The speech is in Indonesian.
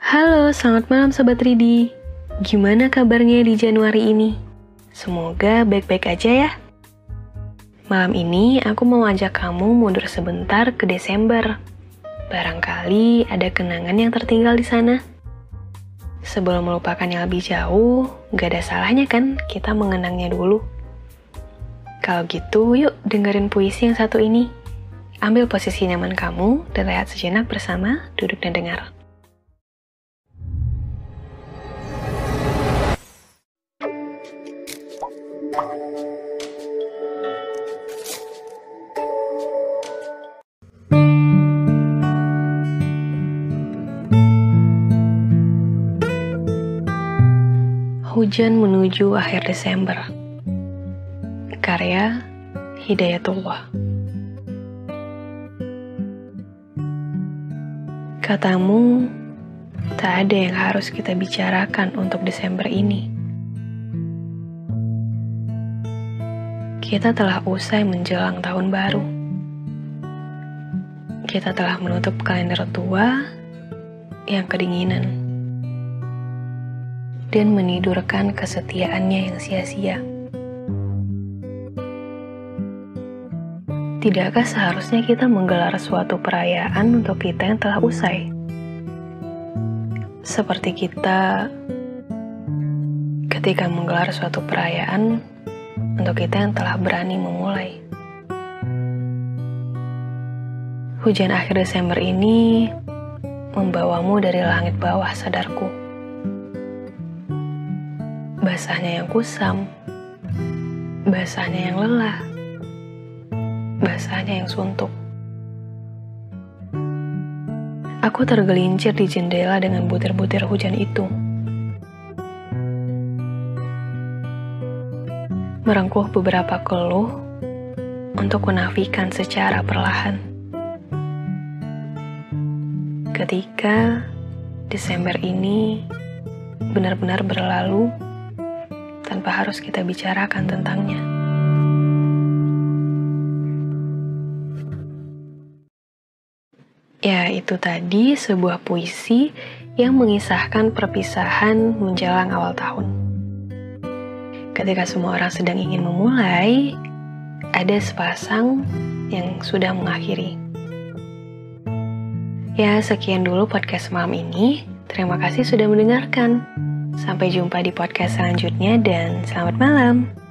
Halo, selamat malam Sobat Ridi. Gimana kabarnya di Januari ini? Semoga baik-baik aja ya. Malam ini aku mau ajak kamu mundur sebentar ke Desember. Barangkali ada kenangan yang tertinggal di sana. Sebelum melupakan yang lebih jauh, gak ada salahnya kan kita mengenangnya dulu. Kalau gitu, yuk dengerin puisi yang satu ini. Ambil posisi nyaman kamu dan rehat sejenak bersama Duduk dan Dengar. Hujan menuju akhir Desember. Karya Hidayatullah. Katamu, tak ada yang harus kita bicarakan untuk Desember ini. Kita telah usai menjelang tahun baru. Kita telah menutup kalender tua yang kedinginan dan menidurkan kesetiaannya yang sia-sia. Tidakkah seharusnya kita menggelar suatu perayaan untuk kita yang telah usai? Seperti kita ketika menggelar suatu perayaan untuk kita yang telah berani memulai. Hujan akhir Desember ini membawamu dari langit bawah sadarku. Basahnya yang kusam, basahnya yang lelah, basahnya yang suntuk. Aku tergelincir di jendela dengan butir-butir hujan itu. Merengkuh beberapa keluh untuk menafikan secara perlahan. Ketika Desember ini benar-benar berlalu tanpa harus kita bicarakan tentangnya. Ya, itu tadi sebuah puisi yang mengisahkan perpisahan menjelang awal tahun. Ketika semua orang sedang ingin memulai, ada sepasang yang sudah mengakhiri. Ya, sekian dulu podcast malam ini. Terima kasih sudah mendengarkan. Sampai jumpa di podcast selanjutnya dan selamat malam.